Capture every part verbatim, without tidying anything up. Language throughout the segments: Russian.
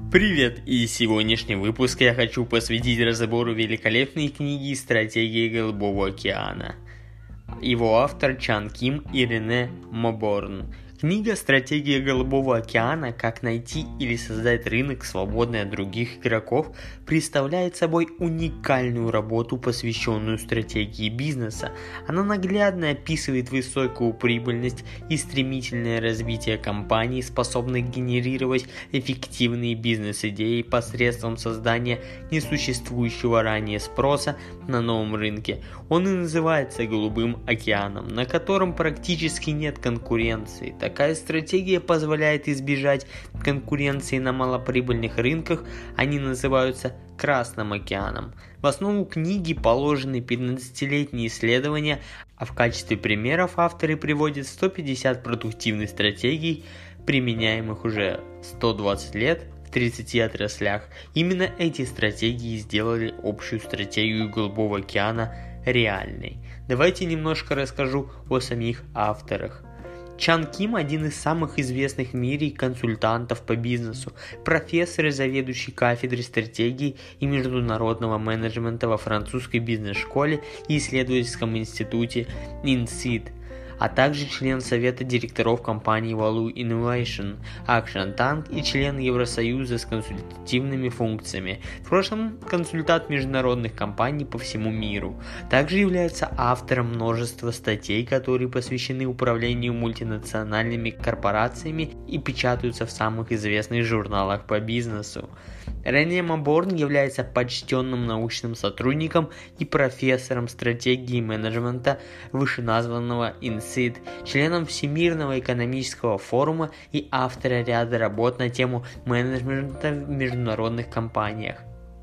Привет! И сегодняшний выпуск я хочу посвятить разбору великолепной книги «Стратегия Голубого океана». Его автор Чан Ким и Рене Моборн. Книга «Стратегия Голубого океана. Как найти или создать рынок, свободный от других игроков» представляет собой уникальную работу, посвященную стратегии бизнеса. Она наглядно описывает высокую прибыльность и стремительное развитие компаний, способных генерировать эффективные бизнес-идеи посредством создания несуществующего ранее спроса на новом рынке. Он и называется «Голубым океаном», на котором практически нет конкуренции. Такая стратегия позволяет избежать конкуренции на малоприбыльных рынках, они называются Красным океаном. В основу книги положены пятнадцатилетние исследования, а в качестве примеров авторы приводят сто пятьдесят продуктивных стратегий, применяемых уже сто двадцать лет в тридцати отраслях. Именно эти стратегии сделали общую стратегию Голубого океана реальной. Давайте немножко расскажу о самих авторах. Чан Ким – один из самых известных в мире консультантов по бизнесу, профессор и заведующий кафедрой стратегии и международного менеджмента во французской бизнес-школе и исследовательском институте инсид, а также член совета директоров компании Value Innovation Action Tank и член Евросоюза с консультативными функциями. В прошлом консультант международных компаний по всему миру. Также является автором множества статей, которые посвящены управлению мультинациональными корпорациями и печатаются в самых известных журналах по бизнесу. Рене Моборн является почтенным научным сотрудником и профессором стратегии и менеджмента вышеназванного инсид, членом Всемирного экономического форума и автора ряда работ на тему менеджмента в международных компаниях.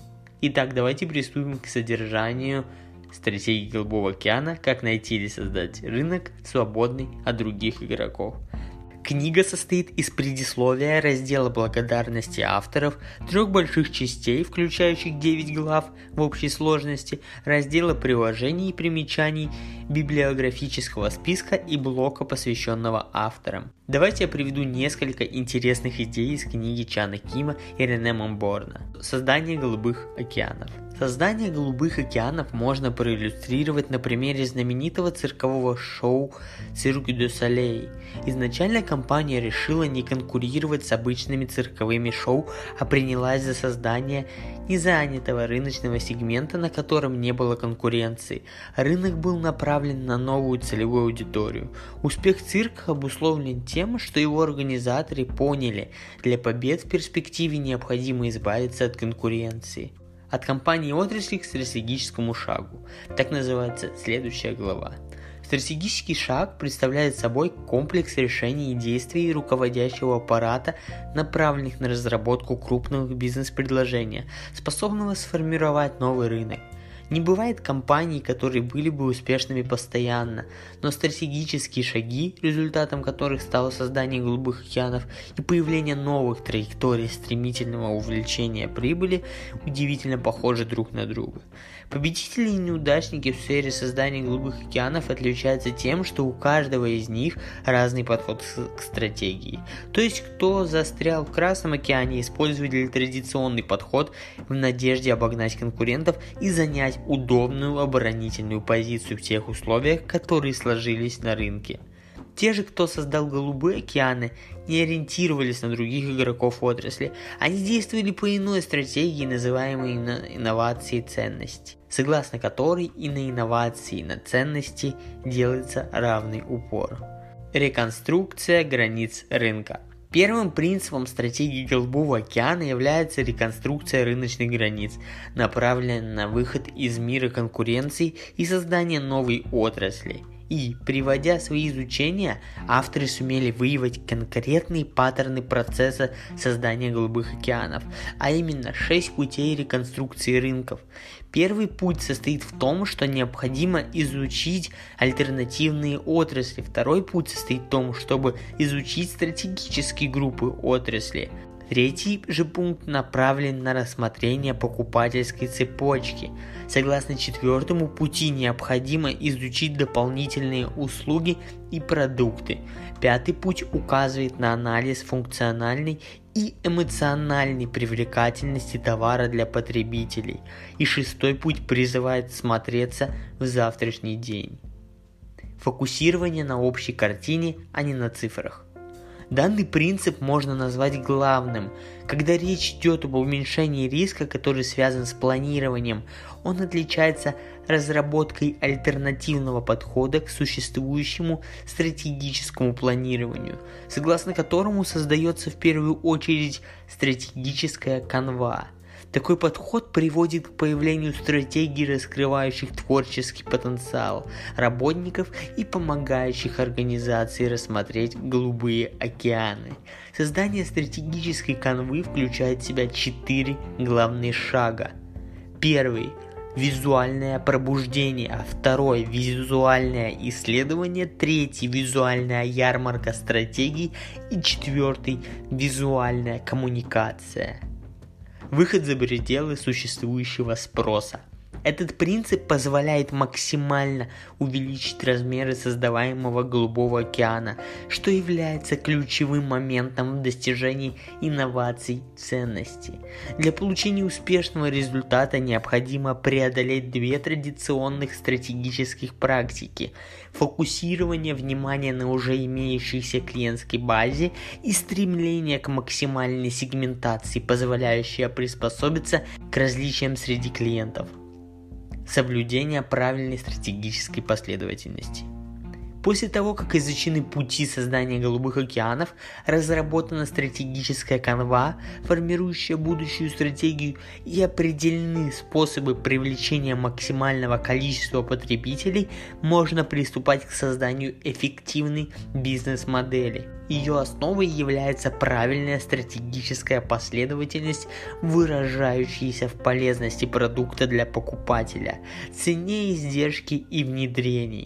Итак, давайте приступим к содержанию стратегии Голубого океана, как найти или создать рынок, свободный от других игроков. Книга состоит из предисловия, раздела благодарности авторов, трех больших частей, включающих девять глав в общей сложности, раздела приложений и примечаний, библиографического списка и блока, посвященного авторам. Давайте я приведу несколько интересных идей из книги Чана Кима и Рене Моборна. Создание голубых океанов. Создание голубых океанов можно проиллюстрировать на примере знаменитого циркового шоу «Cirque du Soleil». Изначально компания решила не конкурировать с обычными цирковыми шоу, а принялась за создание незанятого рыночного сегмента, на котором не было конкуренции. Рынок был направлен на новую целевую аудиторию. Успех цирка обусловлен тем, что его организаторы поняли, для побед в перспективе необходимо избавиться от конкуренции. От компании и отрасли к стратегическому шагу. Так называется следующая глава. Стратегический шаг представляет собой комплекс решений и действий руководящего аппарата, направленных на разработку крупного бизнес-предложения, способного сформировать новый рынок. Не бывает компаний, которые были бы успешными постоянно, но стратегические шаги, результатом которых стало создание голубых океанов и появление новых траекторий стремительного увеличения прибыли, удивительно похожи друг на друга. Победители и неудачники в сфере создания голубых океанов отличаются тем, что у каждого из них разный подход к стратегии. То есть, кто застрял в Красном океане, использовали традиционный подход в надежде обогнать конкурентов и занять удобную оборонительную позицию в тех условиях, которые сложились на рынке. Те же, кто создал голубые океаны, не ориентировались на других игроков отрасли, они действовали по иной стратегии, называемой инновацией ценностей, согласно которой и на инновации, и на ценности делается равный упор. Реконструкция границ рынка. Первым принципом стратегии Голубого океана является реконструкция рыночных границ, направленная на выход из мира конкуренции и создание новой отрасли. И, приводя свои изучения, авторы сумели выявить конкретные паттерны процесса создания голубых океанов, а именно шесть путей реконструкции рынков. Первый путь состоит в том, что необходимо изучить альтернативные отрасли. Второй путь состоит в том, чтобы изучить стратегические группы отрасли. Третий же пункт направлен на рассмотрение покупательской цепочки. Согласно четвертому пути необходимо изучить дополнительные услуги и продукты. Пятый путь указывает на анализ функциональной и эмоциональной привлекательности товара для потребителей. И шестой путь призывает смотреться в завтрашний день. Фокусирование на общей картине, а не на цифрах. Данный принцип можно назвать главным, когда речь идет об уменьшении риска, который связан с планированием. Он отличается разработкой альтернативного подхода к существующему стратегическому планированию, согласно которому создается в первую очередь стратегическая канва. Такой подход приводит к появлению стратегий, раскрывающих творческий потенциал работников и помогающих организации рассмотреть голубые океаны. Создание стратегической канвы включает в себя четыре главных шага. Первый – визуальное пробуждение, а второй – визуальное исследование, третий – визуальная ярмарка стратегий и четвертый – визуальная коммуникация. Выход за пределы существующего спроса. Этот принцип позволяет максимально увеличить размеры создаваемого голубого океана, что является ключевым моментом в достижении инноваций ценностей. Для получения успешного результата необходимо преодолеть две традиционных стратегических практики: фокусирование внимания на уже имеющейся клиентской базе и стремление к максимальной сегментации, позволяющей приспособиться к различиям среди клиентов. Соблюдение правильной стратегической последовательности. После того, как изучены пути создания голубых океанов, разработана стратегическая канва, формирующая будущую стратегию, и определены способы привлечения максимального количества потребителей, можно приступать к созданию эффективной бизнес-модели. Ее основой является правильная стратегическая последовательность, выражающаяся в полезности продукта для покупателя, цене издержки и внедрений.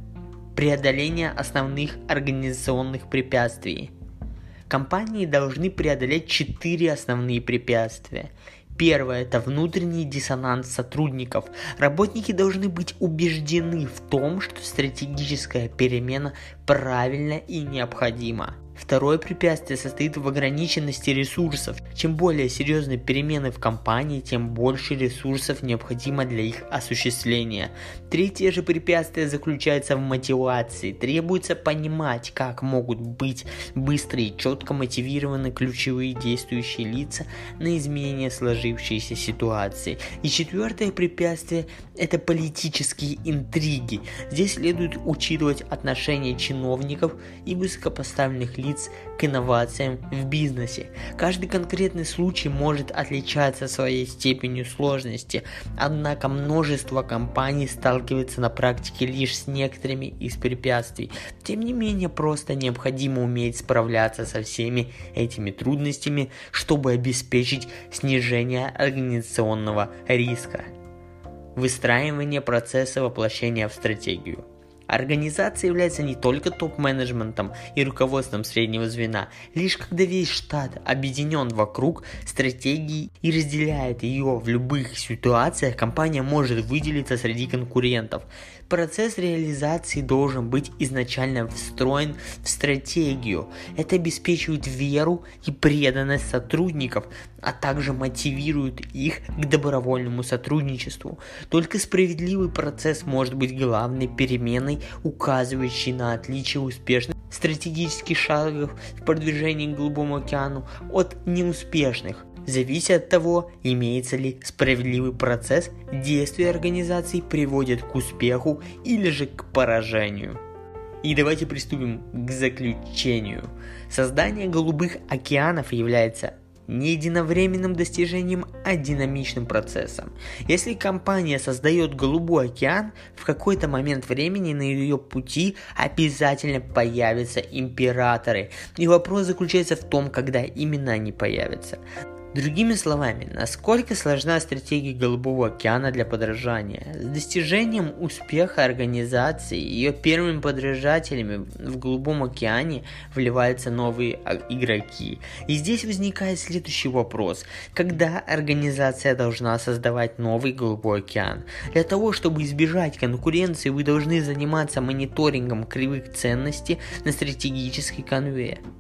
Преодоление основных организационных препятствий. Компании должны преодолеть четыре основные препятствия. Первое – это внутренний диссонанс сотрудников. Работники должны быть убеждены в том, что стратегическая перемена правильна и необходима. Второе препятствие состоит в ограниченности ресурсов. Чем более серьезны перемены в компании, тем больше ресурсов необходимо для их осуществления. Третье же препятствие заключается в мотивации. Требуется понимать, как могут быть быстро и четко мотивированы ключевые действующие лица на изменение сложившейся ситуации. И четвертое препятствие – это политические интриги. Здесь следует учитывать отношения чиновников и высокопоставленных лиц к инновациям в бизнесе. Каждый конкретный случай может отличаться своей степенью сложности, однако множество компаний сталкивается на практике лишь с некоторыми из препятствий. Тем не менее, просто необходимо уметь справляться со всеми этими трудностями, чтобы обеспечить снижение организационного риска. Выстраивание процесса воплощения в стратегию. Организация является не только топ-менеджментом и руководством среднего звена. Лишь когда весь штат объединен вокруг стратегии и разделяет ее в любых ситуациях, компания может выделиться среди конкурентов. Процесс реализации должен быть изначально встроен в стратегию. Это обеспечивает веру и преданность сотрудников, а также мотивирует их к добровольному сотрудничеству. Только справедливый процесс может быть главной переменой, указывающей на отличие успешных стратегических шагов в продвижении к Голубому океану от неуспешных. Зависит от того, имеется ли справедливый процесс, действия организации приводят к успеху или же к поражению. И давайте приступим к заключению. Создание голубых океанов является не единовременным достижением, а динамичным процессом. Если компания создает голубой океан, в какой-то момент времени на ее пути обязательно появятся императоры. И вопрос заключается в том, когда именно они появятся. Другими словами, насколько сложна стратегия Голубого океана для подражания? С достижением успеха организации ее первыми подражателями в Голубом океане вливаются новые игроки. И здесь возникает следующий вопрос. Когда организация должна создавать новый Голубой океан? Для того, чтобы избежать конкуренции, вы должны заниматься мониторингом кривых ценностей на стратегической канве.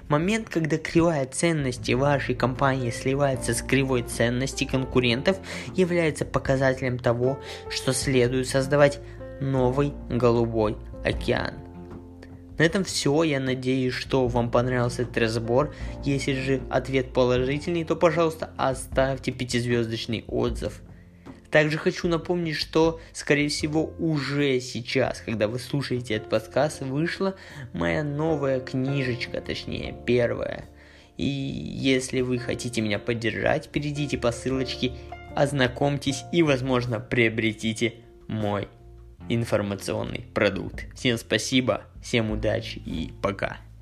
Момент, когда кривая ценности вашей компании сливается с кривой ценности конкурентов, является показателем того, что следует создавать новый голубой океан. На этом все. Я надеюсь, что вам понравился этот разбор. Если же ответ положительный, то, пожалуйста, оставьте пятизвездочный отзыв. Также хочу напомнить, что, скорее всего, уже сейчас, когда вы слушаете этот подкаст, вышла моя новая книжечка, точнее, первая. И если вы хотите меня поддержать, перейдите по ссылочке, ознакомьтесь и, возможно, приобретите мой информационный продукт. Всем спасибо, всем удачи и пока.